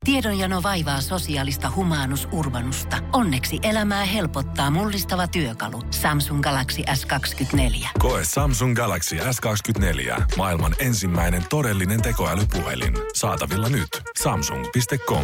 Tiedonjano vaivaa sosiaalista humanus urbanusta. Onneksi elämää helpottaa mullistava työkalu. Samsung Galaxy S24. Koe Samsung Galaxy S24. Maailman ensimmäinen todellinen tekoälypuhelin. Saatavilla nyt. Samsung.com.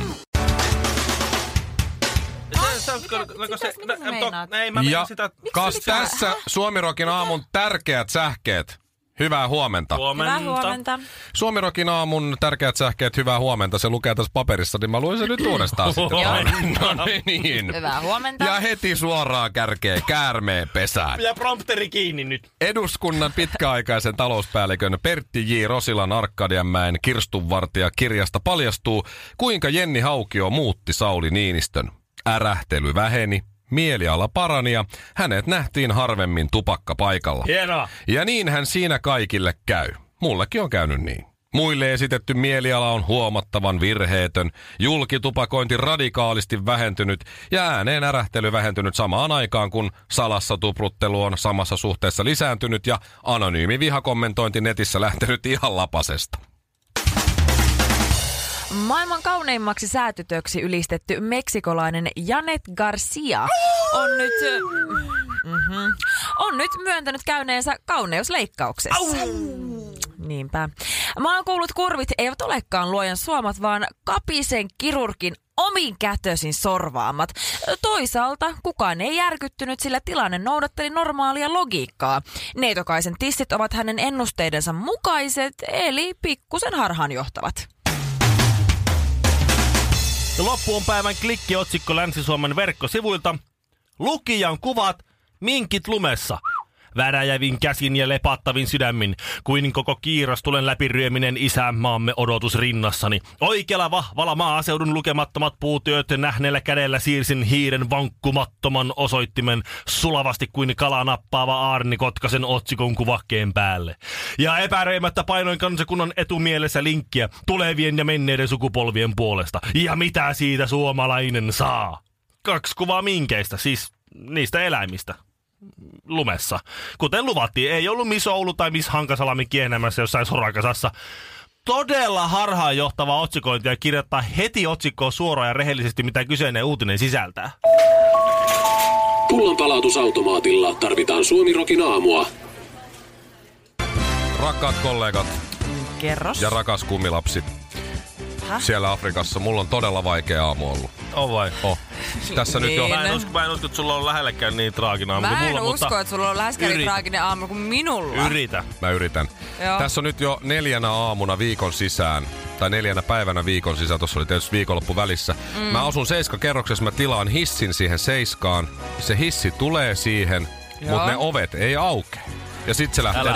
Ja kas tässä Suomirokin aamun tärkeät sähkeet. Hyvää huomenta. Hyvää huomenta. Suomirokin aamun tärkeät sähkeet, hyvää huomenta. Se lukee tässä paperissa, niin mä luen sen nyt uudestaan sitten. No niin. Hyvää huomenta. Ja heti suoraan kärkee käärmeen pesään. Ja prompteri kiinni nyt. Eduskunnan pitkäaikaisen talouspäällikön Pertti J. Rosilan Arkadianmäen kirstunvartija kirjasta paljastuu, kuinka Jenni Haukio muutti Sauli Niinistön. Ärähtely väheni. Mieliala parani ja hänet nähtiin harvemmin tupakkapaikalla. Hienoa. Ja niinhän siinä kaikille käy. Mullekin on käynyt niin. Muille esitetty mieliala on huomattavan virheetön, julkitupakointi radikaalisti vähentynyt ja ääneen ärähtely vähentynyt samaan aikaan, kun salassa tupruttelu on samassa suhteessa lisääntynyt ja anonyymi vihakommentointi netissä lähtenyt ihan lapasesta. Maailman kauneimmaksi säätytöksi ylistetty meksikolainen Janet Garcia on nyt myöntänyt käyneensä kauneusleikkauksessa. Niinpä. Maankuulut kurvit eivät olekaan luojan suomat, vaan kapisen kirurgin omin kätösin sorvaamat. Toisaalta kukaan ei järkyttynyt, sillä tilanne noudatteli normaalia logiikkaa. Neitokaisen tissit ovat hänen ennusteidensa mukaiset, eli pikkusen harhaanjohtavat. Loppuun päivän klikkiotsikko Länsi-Suomen verkkosivuilta. Lukijan kuvat, minkit lumessa. Väräjävin käsin ja lepattavin sydämin, kuin koko kiiras tulen läpiryöminen isänmaamme odotus rinnassani. Oikealla vahvalla maaseudun lukemattomat puutyöt nähneellä kädellä siirsin hiiren vankkumattoman osoittimen sulavasti kuin kala nappaava Aarni Kotkasen otsikon kuvakkeen päälle. Ja epäröimättä painoin kansakunnan etumielessä linkkiä tulevien ja menneiden sukupolvien puolesta. Ja mitä siitä suomalainen saa? 2 kuvaa minkeistä, siis niistä eläimistä. Lumessa. Kuten luvattiin, ei ollut Miss Oulu tai Miss Hankasalami kiehnämässä jossain sorakasassa. Todella harhaanjohtava otsikointi ja kirjoittaa heti otsikkoon suoraan ja rehellisesti, mitä kyseinen uutinen sisältää. Pullonpalautusautomaatilla tarvitaan Suomirokin aamua. Rakkaat kollegat Kerros. ja rakas kummilapsi. Siellä Afrikassa mulla on todella vaikea aamu ollut. On vai? Tässä nyt jo. Mä en usko, että sulla on lähellekään niin traaginen aamu kuin mulla. Mä en usko, että sulla on läheskään niin traaginen aamu kuin minulla. Mä yritän. Joo. Tässä on nyt jo 4 aamuna viikon sisään, tai 4 päivänä viikon sisään, tuossa oli tietysti viikonloppu välissä. Mä asun 7-kerroksessa, mä tilaan hissin siihen 7. Se hissi tulee siihen, mutta ne ovet ei aukea. Ja sit se lähtee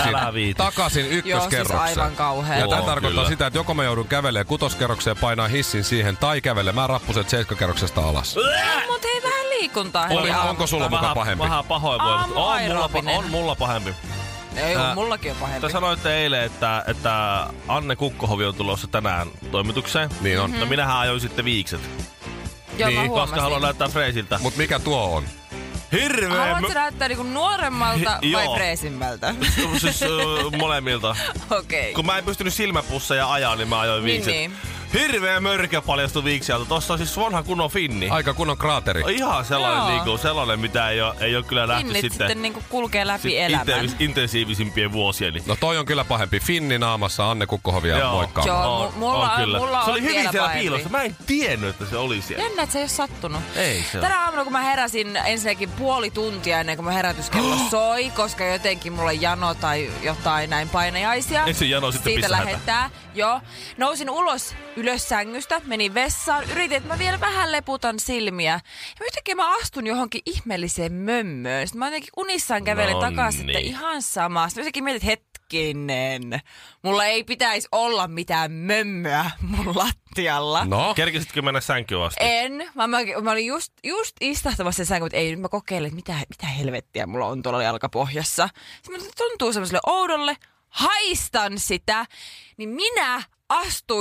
takaisin ykköskerrokseen. Joo, siis aivan kauheeta. Ja tämä tarkoittaa sitä, että joko mä joudun kävelemään 6-kerrokseen ja painaa hissin siihen, tai kävelemään rappuset 7-kerroksesta alas. Mut hei, vähän liikuntaa. Onko sulla muka pahempi? Vähän pahoinvoiva. On mulla pahempi. Ei, mullakin on pahempi. Te sanoitte eilen, että Anne Kukkohovi on tulossa tänään toimitukseen. Niin on. No minähän ajoin sitten viikset. Joo, mä huomasin. Koska haluan näyttää freesiltä. Mut mikä tuo on? Hirveä... Haluatko näyttää niinku nuoremmalta vai freesimmältä? Siis molemmilta. Okei. Kun mä en pystynyt silmäpusseja ajaa, niin mä ajoin viikset. Niin. Hirveä mörkö paljastui viiksialta. Tossa on siis vanha kunnon finni. Aika kunnon kraateri. Ihan sellainen mitä ei oo kyllä nähty Finnit sitten niinku kulkee läpi elämän. Intensiivisimpien vuosien. No toi on kyllä pahempi. Finni naamassa Anne Kukkohovia moikkaamaan. Joo, mulla on se oli hyvin siellä pahempi. piilossa. Mä en tiennyt, että se oli siellä. Jännä, että se ei oo sattunut. Ei se. Tänä aamuna, kun mä heräsin ensinnäkin puoli tuntia ennen kuin mun herätyskello soi, koska jotenkin mulla on jano tai jotain näin painajaisia. Ensin jano, sitten siitä pissahätä. lähettää. Joo. Nousin ylös sängystä, menin vessaan, yritin, että mä vielä vähän leputan silmiä. Ja yhtäkkiä mä astun johonkin ihmeelliseen mömmöön. Sitten mä jotenkin unissaan kävelen takaisin, että ihan sama. Sitten yhtäkkiä mietin, että hetkinen, mulla ei pitäisi olla mitään mömmöä mun lattialla. No? Kerkisitkö mennä sänkyyn asti? En. Mä olin just istahtamassa sen sänkyn, että ei, nyt mä kokeilen, että mitä helvettiä mulla on tuolla jalkapohjassa. Sitten tuntuu semmoiselle oudolle, haistan sitä, niin minä astuin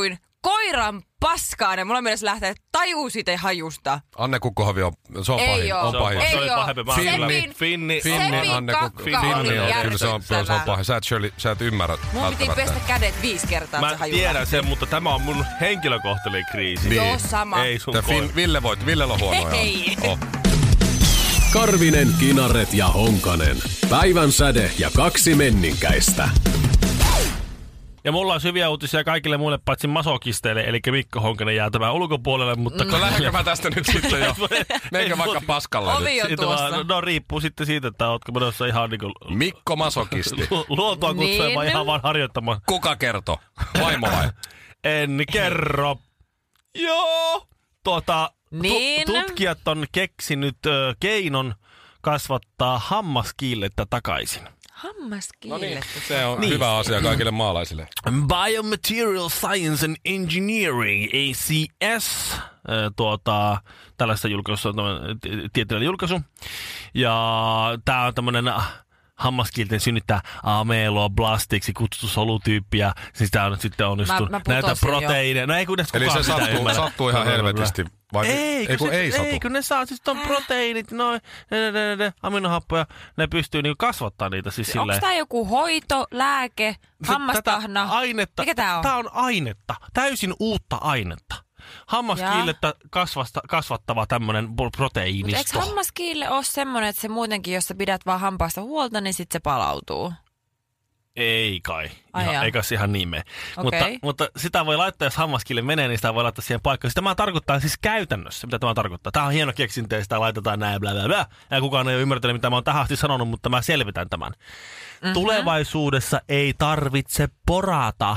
koiran paskaan ja mulla on mielessä lähteä tajuu siitä hajusta. Anne Kukkohovi on pahin. On pahin. Se oli pahempi. Finni, Sepin kakka oli kyllä se on pahin. Sä et ymmärrä. Mun piti pestä kädet 5 kertaa, että se haju tiedän lähti. sen, mutta tämä on mun henkilökohtainen kriisi. Niin. Joo, sama. Ei sun koira. Ville on huonoja. Hei. Karvinen, Kinaret ja Honkanen. Päivän säde ja 2 menninkäistä. Ja mulla on hyviä uutisia kaikille muille paitsi masokisteille, eli Mikko Honkanen jää tämän ulkopuolelle, mutta... No lähdenkö mä tästä nyt sitten jo? Meikö vaikka paskalle nyt? Ovi on tuossa. No riippuu sitten siitä, että ootko menossa ihan niinku... Mikko masokisti. Luontoa kutsua vai ihan vaan harjoittamaan. Kuka kertoo? Vaimo vai? En kerro. Joo! Niin. Tutkijat on keksinyt keinon kasvattaa hammaskiillettä takaisin. Hammaskiillettä. Se on hyvä asia kaikille maalaisille. Biomaterial Science and Engineering, ACS, tällaista julkaisua, tieteellinen julkaisu. Ja tää on tämmönen hammaskiilten synnyttää ameloblastiksi kutsuttu solutyyppi, ja siis tää on nyt sitten onnistunut. Näitä proteiineja. No ei kun eli se sattuu ihan helvetisti. Vai ei satu? Ei, kun ne saa siis ton proteiinit, noin, ne aminohappoja, ne pystyy niinku kasvattaa niitä siis silleen. Onko tää joku hoito, lääke, hammastahna? Ainetta. Mikä tää on? Tää on ainetta, täysin uutta ainetta. Hammaskiillettä kasvattava tämmönen proteiinisto. Mutta eikö hammaskiille ole semmonen, että se muutenkin, jos sä pidät vaan hampaasta huolta, niin sit se palautuu? Ei kai. Eikä se ihan niin mene. Okay. Mutta sitä voi laittaa, jos hammaskille menee, niin sitä voi laittaa siihen paikkaan. Sitä tarkoittaa siis käytännössä, mitä tämä tarkoittaa. Tämä on hieno keksintö ja sitä laitetaan näin bla bla bla. Ja kukaan ei ole ymmärtänyt, mitä mä oon tähän asti sanonut, mutta mä selvitän tämän. Tulevaisuudessa ei tarvitse porata.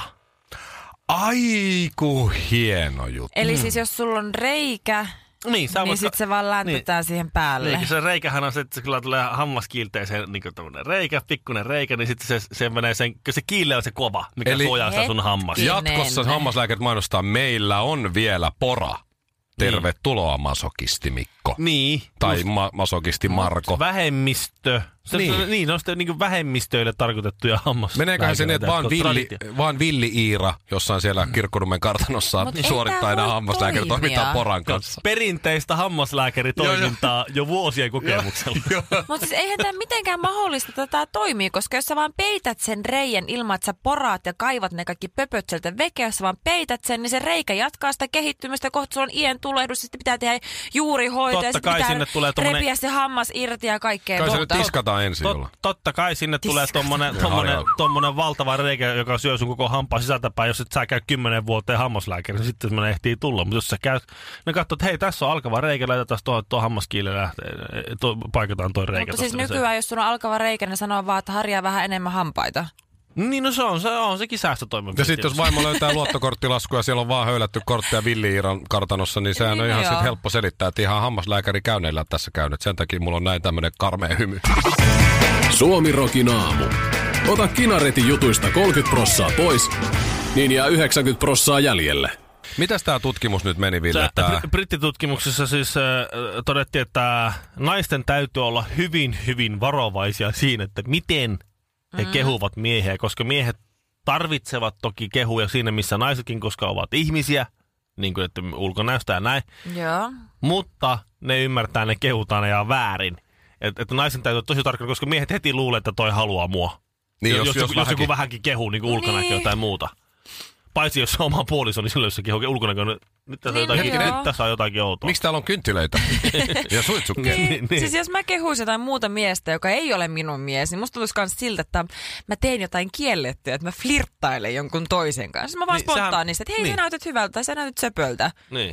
Aiku hieno juttu. Eli siis jos sulla on reikä, niin sitten se vaan lämpitetään siihen päälle. Niin, se reikähän on se, että se kyllä tulee hammaskiilteeseen niin tämmöinen reikä, pikkuinen reikä, niin sitten se menee sen, kun se kiille on se kova, mikä suojaa sitä sun hammas. Jatkossa hammaslääkärit mainostaa, meillä on vielä pora. Tervetuloa masokisti Mikko. Niin. Tai masokisti Marko. Vähemmistö. Niin, on sitten niin vähemmistöille tarkoitettuja hammaslääkäreitä. Meneeköhän se niin, että vaan Villi Iira jossain siellä Kirkkonummen kartanossa suorittaa enää hammaslääkäritoimintaa poran kanssa. Perinteistä hammaslääkäritoimintaa jo vuosien kokemuksella. Mutta siis eihän tämä mitenkään mahdollista, että tämä toimii, koska jos sä vaan peität sen reijän ilman, että sä poraat ja kaivat ne kaikki pöpöt sieltä veke, jos sä vaan peität sen, niin se reikä jatkaa sitä kehittymistä, kohta sulla on iän tulehdus, sitten pitää tehdä juurihoitoa ja sitten pitää repiä se hammas irti ja kaikkea. Kai se nyt tiskataan ensin. Totta kai sinne tulee tommonen valtava reikä, joka syö sun koko hampaan sisältäpäin. Jos et sä käy 10 vuoteen hammaslääkärin, niin sitten semmoinen ehtii tulla. Mutta jos sä käyt, ne katsoo, että hei, tässä on alkava reikä, laitetaan tuo hammaskiille lähtee, paikataan toi reikä. Mutta siis nykyään, jos sulla on alkava reikä, niin sanoo vaan, että harjaa vähän enemmän hampaita. Niin, no se on sekin säästötoimenpide. Ja sitten jos vaimo löytää luottokorttilasku ja siellä on vaan höylätty kortteja Villi Iiran kartanossa, niin sehän on ihan sit helppo selittää, että ihan hammaslääkäri käyneillä tässä käynyt. Sen takia mulla on näin tämmönen karmea hymy. Suomi Rokin aamu. Ota Kinaretin jutuista 30% pois, niin jää 90% jäljelle. Mitäs tää tutkimus nyt meni, Ville? Brittitutkimuksessa siis todettiin, että naisten täytyy olla hyvin, hyvin varovaisia siinä, että miten he kehuvat miehiä, koska miehet tarvitsevat toki kehuja siinä, missä naisetkin, koska ovat ihmisiä, niin kuin että ulkonäöstä ja näin. Joo. Mutta ne ymmärtää, ne kehutaan ja väärin. Että naisen täytyy olla tosi tarkka, koska miehet heti luulee, että toi haluaa mua. Niin, jos joku vähänkin kehuu, niin kuin ulkonäkö tai muuta. Paitsi jos se oma puoliso, niin silloin jos se kehuu ulkonäköön, nyt tässä on jotakin outoa. Miksi täällä on kynttilöitä? Ja suitsukkeet. Niin. Siis jos mä kehuisin jotain muuta miestä, joka ei ole minun mies, niin musta tulisi myös siltä, että mä teen jotain kiellettyä, että mä flirttailen jonkun toisen kanssa. Mä vaan spontaanisti, että hei, sä näytät hyvältä tai sä näytät söpöltä. Niin.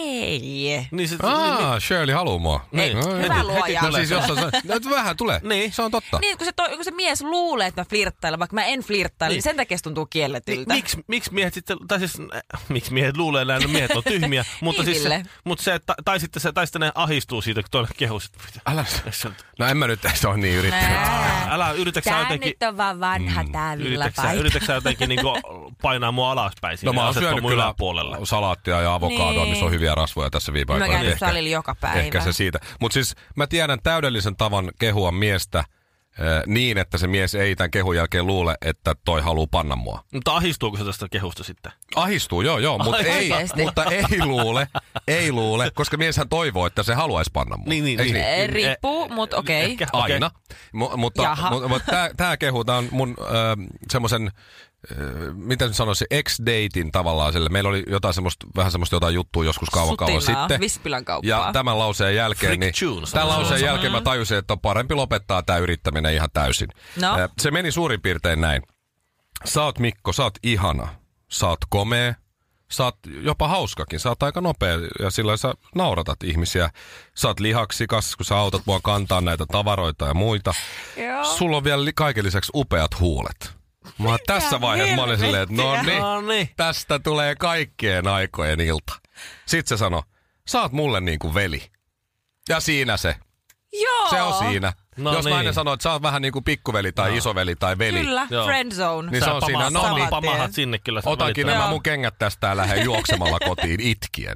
Ei. Niin Shirley haluu mua. Ei, hyvä luoja. No siis jossain, vähän tulee. Niin. Se on totta. Niin, kun se mies luulee, että mä flirttailen, vaikka mä en flirttaile, niin sen takia se tuntuu kielletyltä. Miksi miehet sitten, tai siis, miksi miehet luulee näin, no miehet on tyhmiä, mutta siis tai sitten ne ahistuu siitä, kun toinen kehuu. Älä, no en mä nyt, se on niin yrittänyt. Älä, yritäksä jotenkin... Tää nyt on vaan vanha tää villapaita. Yritäksä jotenkin niinku painaa mua alaspäin siinä. No mä oon syönyt kyllä salaattia ja avokadoa, missä on hyviä rasvoja tässä viime aikoina. Mä käyn salilla joka päivä. Ehkä se siitä. Mutta siis mä tiedän täydellisen tavan kehua miestä, niin, että se mies ei tämän kehun jälkeen luule, että toi haluu panna mua. Mutta ahistuuko se tästä kehusta sitten? Ahistuu, joo, mutta ei luule, koska mieshän toivoo, että se haluaisi panna mua. Niin. Riippuu, mutta okei. Aina. Mutta tämä kehu, tämä on mun semmoisen, miten sanoisin, ex-datein tavallaan sille. Meillä oli vähän semmoista jotain juttua joskus kauan sitten. Vispilän kauppaa. Ja tämän lauseen jälkeen, mä tajusin, että on parempi lopettaa tämä yrittäminen ihan täysin. No. Se meni suurin piirtein näin. Sä oot Mikko, sä oot ihana, sä oot komea, sä oot jopa hauskakin, sä oot aika nopea ja sillä sä nauratat ihmisiä. Sä oot lihaksikas, kun sä autat mua kantaa näitä tavaroita ja muita. Joo. Sulla on vielä kaiken lisäksi upeat huulet. Tässä vaiheessa mä olin silleen, että no niin, tästä tulee kaikkien aikojen ilta. Sitten se sanoi, sä oot mulle niin kuin veli. Ja siinä se. Joo. Se on siinä. No jos nainen sanoo, että sä oot vähän niin kuin pikkuveli tai isoveli tai veli. Kyllä, friend zone. Niin se on siinä. No niin, pamahat sinne kyllä. Otankin nämä mun kengät tästä ja lähden juoksemalla kotiin itkien.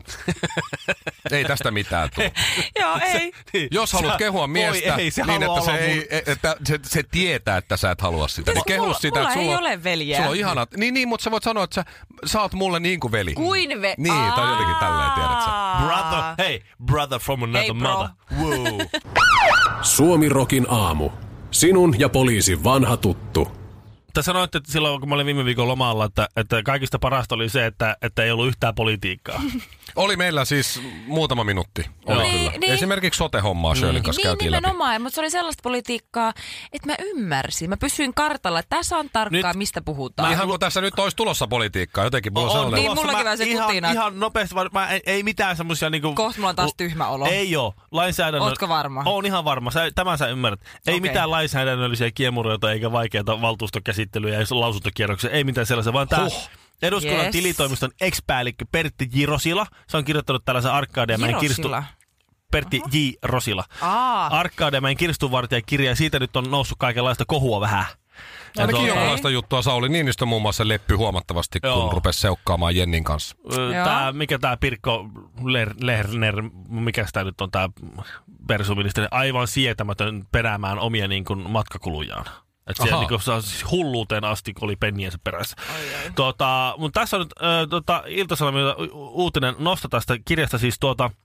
Ei tästä mitään tule. Joo, ei. Jos haluat kehua miestä, niin että se tietää, että sä et halua sitä. Niin kehu sitä, mulla ei ole veljeä. Sulla on ihanat. Niin, mutta sä voit sanoa, että sä oot mulle niin kuin veli. Kuin veli. Niin, tai jotenkin tälleen, tiedät sä. Brother from another mother. Woo. Suomi-rokin aamu. Sinun ja poliisin vanha tuttu. Te sanoitte että silloin, kun mä olin viime viikon lomalla, että kaikista parasta oli se, että ei ollut yhtään politiikkaa. Oli meillä siis muutama minuutti. Oli kyllä. Niin. Esimerkiksi sote-hommaa Shirleyn kanssa käytiin läpi. Nimenomaan, mutta se oli sellaista politiikkaa, että mä ymmärsin. Mä pysyin kartalla, että tässä on tarkkaan, mistä puhutaan. Ihan kun tässä nyt olisi tulossa politiikkaa, jotenkin mulla on sellainen. Niin, mullakin vähän se kutina. Ihan nopeasti, ei mitään semmosia niinku. Kohta mulla on taas tyhmä olo. Ei oo. Lainsäädännön. Ootko varma? Oon ihan varma. Tämän sä ymmärrät. Ei mitään lainsäädännöllisiä kiemuroita eikä vaikeita valtuustokäsittelyjä ja lausuntokierroksia. Ei mitään sellaisia, vaan tää eduskunnan tilitoimiston ex-päällikkö Pertti J. Rosila. Se on kirjoittanut tällaisen Arkadianmäen Pertti J. Rosila. Arkadianmäen kirstunvartijan kirja, ja siitä nyt on noussut kaikenlaista kohua vähän. Ainakin jonkinlaista juttua. Sauli Niinistö muun muassa leppy huomattavasti, kun rupesi seukkaamaan Jennin kanssa. Mikä tää Pirkko Lerner, mikä tää nyt on tää persuministeri, aivan sietämätön peräämään omia niin kuin matkakulujaan. Että siellä niinku siis hulluuteen asti oli penniensä perässä. Mutta tässä on nyt Ilta-Sanomilta uutinen nosta tästä kirjasta siis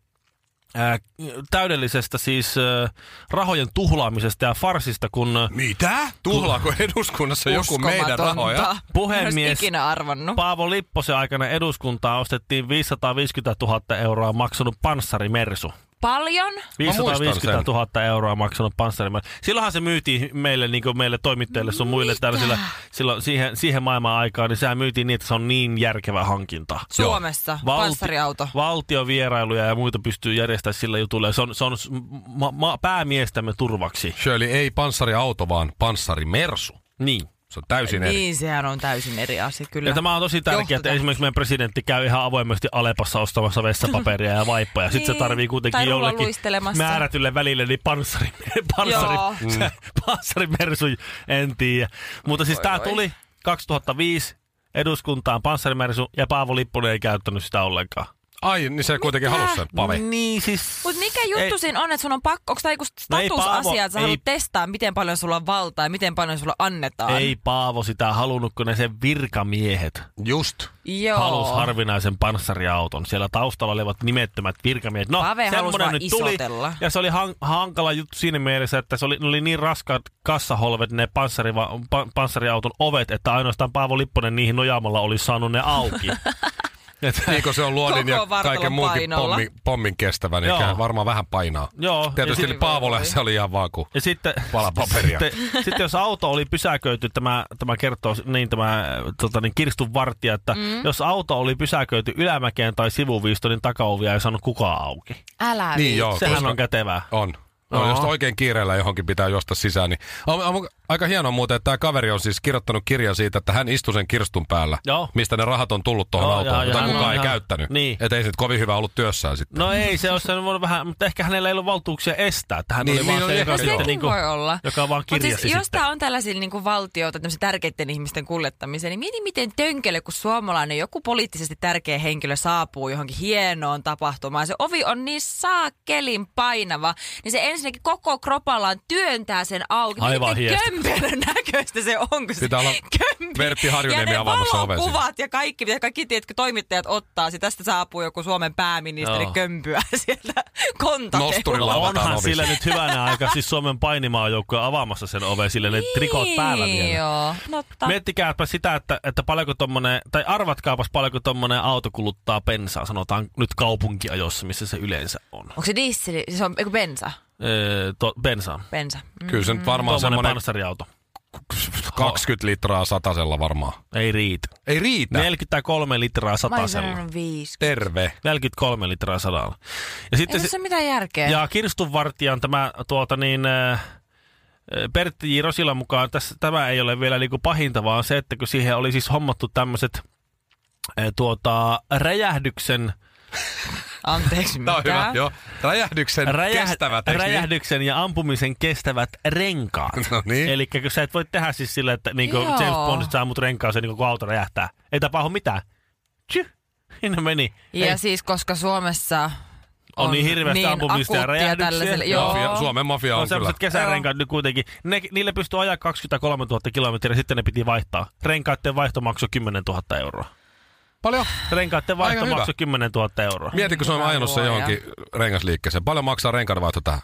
täydellisestä siis rahojen tuhlaamisesta ja farsista, kun... Mitä? Tuhlaako eduskunnassa joku meidän rahoja? Puhemies Paavo Lipposen aikana eduskuntaan ostettiin 550 000 euroa maksanut panssarimersu. Paljon? 550 000 euroa maksanut panssarimersu. Silloinhan se myytiin meille, niin kuin meille toimittajille sun muille tällaisilla, silloin siihen maailman aikaan, niin sehän myytiin niin, että se on niin järkevä hankinta. Suomessa, panssariauto. Valtiovierailuja ja muita pystyy järjestämään sillä jutulla. Se on päämiestämme turvaksi. Shirley, ei panssariauto, vaan panssarimersu. Niin. Se on täysin eri. Niin, sehän on täysin eri asia, kyllä. Ja tämä on tosi tärkeää, että esimerkiksi meidän presidentti käy ihan avoimesti Alepassa ostamassa vessapaperia ja vaippoja. Niin, sitten se tarvii kuitenkin jollekin määrätylle välille niin panssarimersu, en tiedä. Mutta siis tämä tuli 2005 eduskuntaan panssarimersu ja Paavo Lipponen ei käyttänyt sitä ollenkaan. Ai, niin se kuitenkin halusi sen, Pave. Niin siis... Mutta mikä juttu siinä on, että sun on pakko, onko tämä joku statusasia, että sä haluat testaa, miten paljon sulla on valtaa ja miten paljon sulla annetaan? Ei Paavo sitä halunnut, kun ne sen virkamiehet halus harvinaisen panssariauton. Siellä taustalla olivat nimettömät virkamiehet. No, Pave semmoinen nyt tuli. Isotella. Ja se oli hankala juttu siinä mielessä, että ne oli niin raskaat kassaholvet, ne panssariauton ovet, että ainoastaan Paavo Lipponen niihin nojaamalla olisi saanut ne auki. Niin kun se on luodin ja kaiken muunkin pommin kestävä, niin varmaan vähän painaa. Joo. Tietysti Paavolle se oli ihan vaan kuin palapaperia. Sitten jos auto oli pysäköity, tämä kertoo niin kirstunvartija, että jos auto oli pysäköity ylämäkeen tai sivuviistoon, niin takaovia ei saanut kukaan auki. Niin joo, sehän on kätevää. On. No, jos oikein kiireellä johonkin pitää juosta sisään, niin Aika hienoa muuten, että tämä kaveri on siis kirjoittanut kirjan siitä, että hän istui sen kirstun päällä, mistä ne rahat on tullut tuohon autoon, jota kukaan ei käyttänyt. Niin. Että ei se nyt kovin hyvä ollut työssään sitten. No ei, se olisi voinut vähän, mutta ehkä hänellä ei ollut valtuuksia estää. Että hän oli vaan se, joka sitten niinku, voi olla. joka vaan kirjasi siis, jos sitten. tämä on tällaisilla niinku valtioita, tärkeiden ihmisten kuljettamiseen, niin mieti miten tönkele, kun suomalainen joku poliittisesti tärkeä henkilö saapuu johonkin hienoon tapahtumaan. Se ovi on niin saakelin painava, niin se ensinnäkin koko kropallaan työntää sen auki. Aivan hiestä. Kömpelön näköistä se on, kun se pitää olla Vertti Harjuniemi avaamassa oven. Ja ne valokuvat ja kaikki tiedätkö, toimittajat ottaa. Tästä saapuu joku Suomen pääministeri kömpyä sieltä kontateilla. Nosturilla onhan sillä nyt hyvänä aika siis Suomen painimaajoukkoja avaamassa sen oven, sillä ne trikot päällä vielä. Joo, miettikääpä sitä, että paljonko tommonen, tai arvatkaapas paljonko tommonen auto kuluttaa bensaa, sanotaan nyt kaupunkiajossa, missä se yleensä on. Onko se diesel, se on bensa? Bensa. Kyllä se nyt varmaan semmoinen panssariauto. 20 litraa satasella varmaan. Ei riitä. Ei riitä? 43 litraa satasella. Mä olen 50. Terve. 43 litraa sadalla. Ja sitten ei se mitään järkeä. Ja kirstunvartijan tämä Pertti J. Rosilan mukaan tämä ei ole vielä niinku pahinta, vaan se, että kun siihen oli siis hommattu tämmöiset räjähdyksen... Anteeksi, mikä? Hyvä, joo. Räjähdyksen ja ampumisen kestävät renkaat. No niin. Eli kun sä et voi tehdä siis sillä, että niin James Bondista saa mut renkaaseen, niin kun auto räjähtää. Ei tapahdu mitään. Siinä meni. Ja siis koska Suomessa... on niin hirveästi ampumista ja räjähdyksiä. Joo. Suomen mafia on kyllä. Sellaiset kesärenkaat nyt kuitenkin. Niille pystyy ajaa 23 000 kilometriä, sitten ne piti vaihtaa. Renkaiden vaihto maksoi 10 000 euroa. Paljon? Renkaiden vaihto maksoi 10 000 euroa. Mietitkö Suomen ajannossa johonkin rengasliikkeeseen? Paljon maksaa renkaiden vaihto tähän?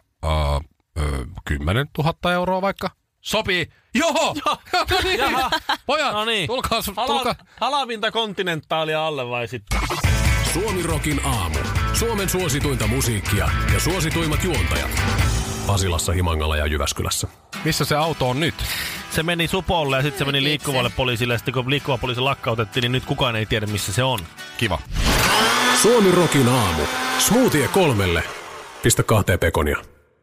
10 000 euroa vaikka? Sopii. Joo! No niin. Pojat, tulkaa. Halavinta kontinentaalia alle vai sitten? Suomi Rockin aamu. Suomen suosituinta musiikkia ja suosituimmat juontajat. Pasilassa, Himangalla ja Jyväskylässä. Missä se auto on nyt? Se meni Supolle ja sitten se meni liikkuvalle poliisille. Ja sitten kun liikkuva poliisi lakkautettiin, niin nyt kukaan ei tiedä, missä se on. Kiva. Suomi Rockin aamu. Smoothie 3. Pistä 2 pekonia.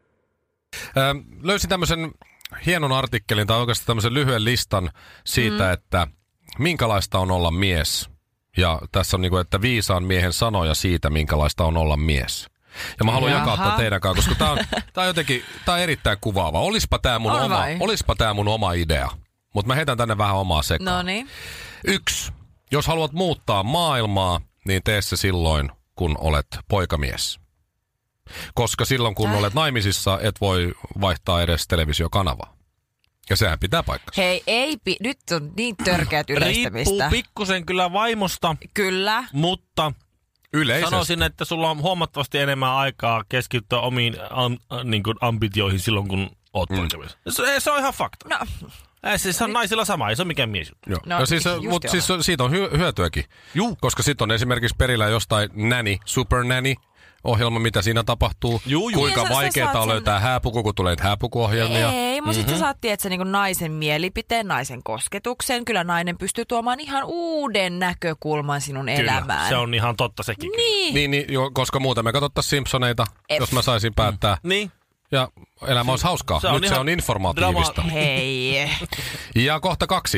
Löysin tämmöisen hienon artikkelin tai oikeastaan tämmöisen lyhyen listan siitä, että minkälaista on olla mies. Ja tässä on niinku, että viisaan miehen sanoja siitä, minkälaista on olla mies. Ja mä haluan jakaa tätä teidän kanssa, koska tää on erittäin kuvaava. Olispa tää mun oma idea. Mutta mä heitän tänne vähän omaa sekaan. Noniin. 1. Jos haluat muuttaa maailmaa, niin tee se silloin, kun olet poikamies. Koska silloin, kun olet naimisissa, et voi vaihtaa edes televisiokanavaa. Ja sehän pitää paikkansa. Hei, nyt on niin törkeät yleistämistä. Riippuu pikkusen kyllä vaimosta. Kyllä. Mutta yleisesti sanoisin, että sulla on huomattavasti enemmän aikaa keskittyä omiin ambitioihin silloin, kun oot poikamies. Se on ihan fakta. No. Se on naisilla sama, ei se ole mikään mies. Joo. No, mutta siis siitä on hyötyäkin. Koska sitten on esimerkiksi perillä jostain Super Nanny ohjelma, mitä siinä tapahtuu. Kuinka vaikeaa on löytää hääpuku, kun tulee hääpukuohjelmia. Ei, mutta sitten sä saat tietää niin naisen mielipiteen, naisen kosketuksen. Kyllä nainen pystyy tuomaan ihan uuden näkökulman sinun elämään. Se on ihan totta sekin. Niin, koska muuten me katsottaisiin Simpsoneita, jos mä saisin päättää. Niin. Ja elämä olisi hauskaa. Nyt se on informatiivista. Hei. Ja kohta 2.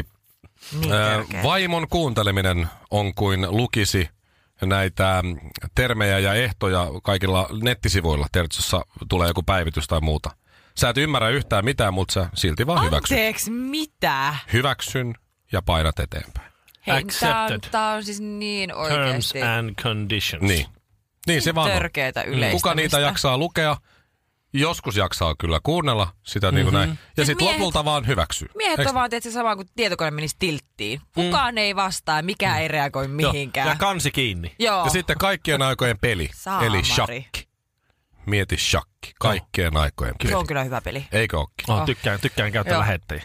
Vaimon kuunteleminen on kuin lukisi näitä termejä ja ehtoja kaikilla nettisivuilla. Tiedätkö, jossa tulee joku päivitys tai muuta. Sä et ymmärrä yhtään mitään, mutta sä silti vaan hyväksyt. Anteeksi, mitä? Hyväksyn ja painat eteenpäin. Hei, tää on siis niin oikeasti. Terms and conditions. Niin se vaan on. Törkeetä yleistämistä. Kuka niitä jaksaa lukea? Joskus jaksaa kyllä kuunnella sitä niin kuin näin. Ja sitten lopulta vaan hyväksyy. Miehet on vaan tietysti sama kuin tietokone menisi tilttiin. Kukaan ei vastaa, mikään ei reagoi mihinkään. Ja kansi kiinni. Joo. Ja sitten kaikkien aikojen peli. Eli shakki. Mieti shakki. Kaikkien aikojen peli. Se on kyllä hyvä peli. Eikö ookin? Tykkään käyttää lähettäjiä.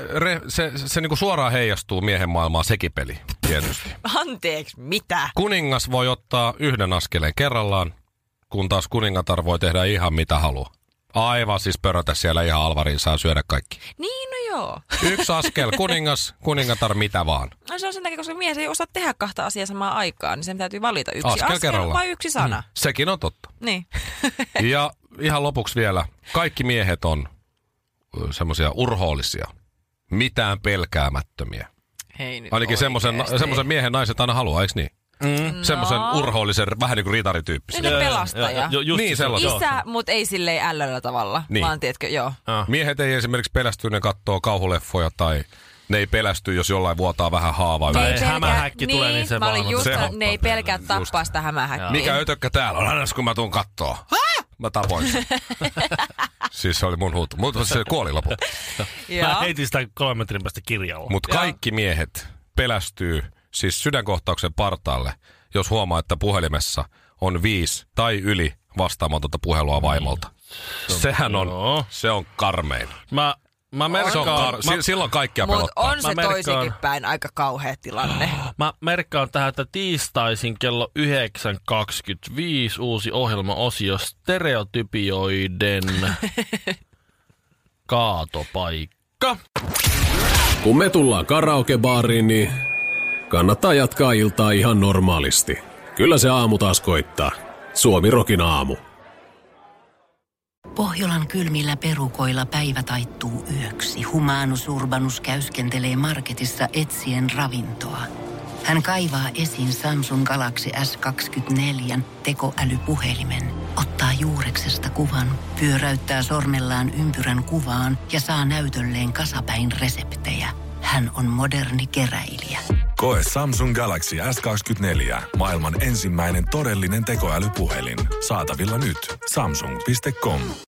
Se niinku suoraan heijastuu miehen maailmaan sekin peli, tietysti. Anteeksi, mitä? Kuningas voi ottaa 1 askeleen kerrallaan, kun taas kuningatar voi tehdä ihan mitä haluaa. Aivan, siis pörötä siellä ihan alvariin, saa syödä kaikki. Niin, no joo. 1 askel kuningatar mitä vaan. No se on sen takia, koska mies ei osaa tehdä 2 asiaa samaan aikaan, niin sen täytyy valita 1 askel vai 1 sana. Sekin on totta. Niin. Ja ihan lopuksi vielä, kaikki miehet on semmoisia urhoollisia. mitään pelkäämättömiä. Hei nyt Ainakin semmoisen miehen naiset aina haluaa, eikö niin? Semmoisen urhoollisen, vähän niin kuin ritarityyppisen. Niin pelastaja. Niin sellaisen. Isä, mutta ei silleen ällöllä tavalla, niin. vaan tiedätkö, joo. Miehet ei esimerkiksi pelästy, ne katsoo kauhuleffoja tai ne ei pelästy, jos jollain vuotaa vähän haavaa. Tai hämähäkki tulee, niin se mä olin just, valvonta. ne ei pelkää tappaa sitä hämähäkkiä. Mikä ötökkä täällä on? Aina kun mä tuun kattoo. Mä tapoin sen. Siis se oli mun huuto. Mutta se kuoli lopulta. Mä heitin sitä 3 metrin päästä kirjalla. Mutta kaikki miehet pelästyy siis sydänkohtauksen partaalle, jos huomaa, että puhelimessa on 5 tai yli vastaamatonta puhelua vaimolta. Sehän on, se on karmein. Mä merkkaan... Silloin kaikkia Mut pelottaa. on se toisinkin päin aika kauhea tilanne. Mä merkkaan tähän, että tiistaisin kello 9.25 uusi ohjelmaosio Stereotypioiden kaatopaikka. Kun me tullaan karaokebaariin, niin kannattaa jatkaa iltaa ihan normaalisti. Kyllä se aamu taas koittaa. Suomi Rokin aamu. Pohjolan kylmillä perukoilla päivä taittuu yöksi. Humanus Urbanus käyskentelee marketissa etsien ravintoa. Hän kaivaa esiin Samsung Galaxy S24 tekoälypuhelimen, ottaa juureksesta kuvan, pyöräyttää sormellaan ympyrän kuvaan ja saa näytölleen kasapäin reseptejä. Hän on moderni keräilijä. Koe Samsung Galaxy S24. Maailman ensimmäinen todellinen tekoälypuhelin. Saatavilla nyt. Samsung.com.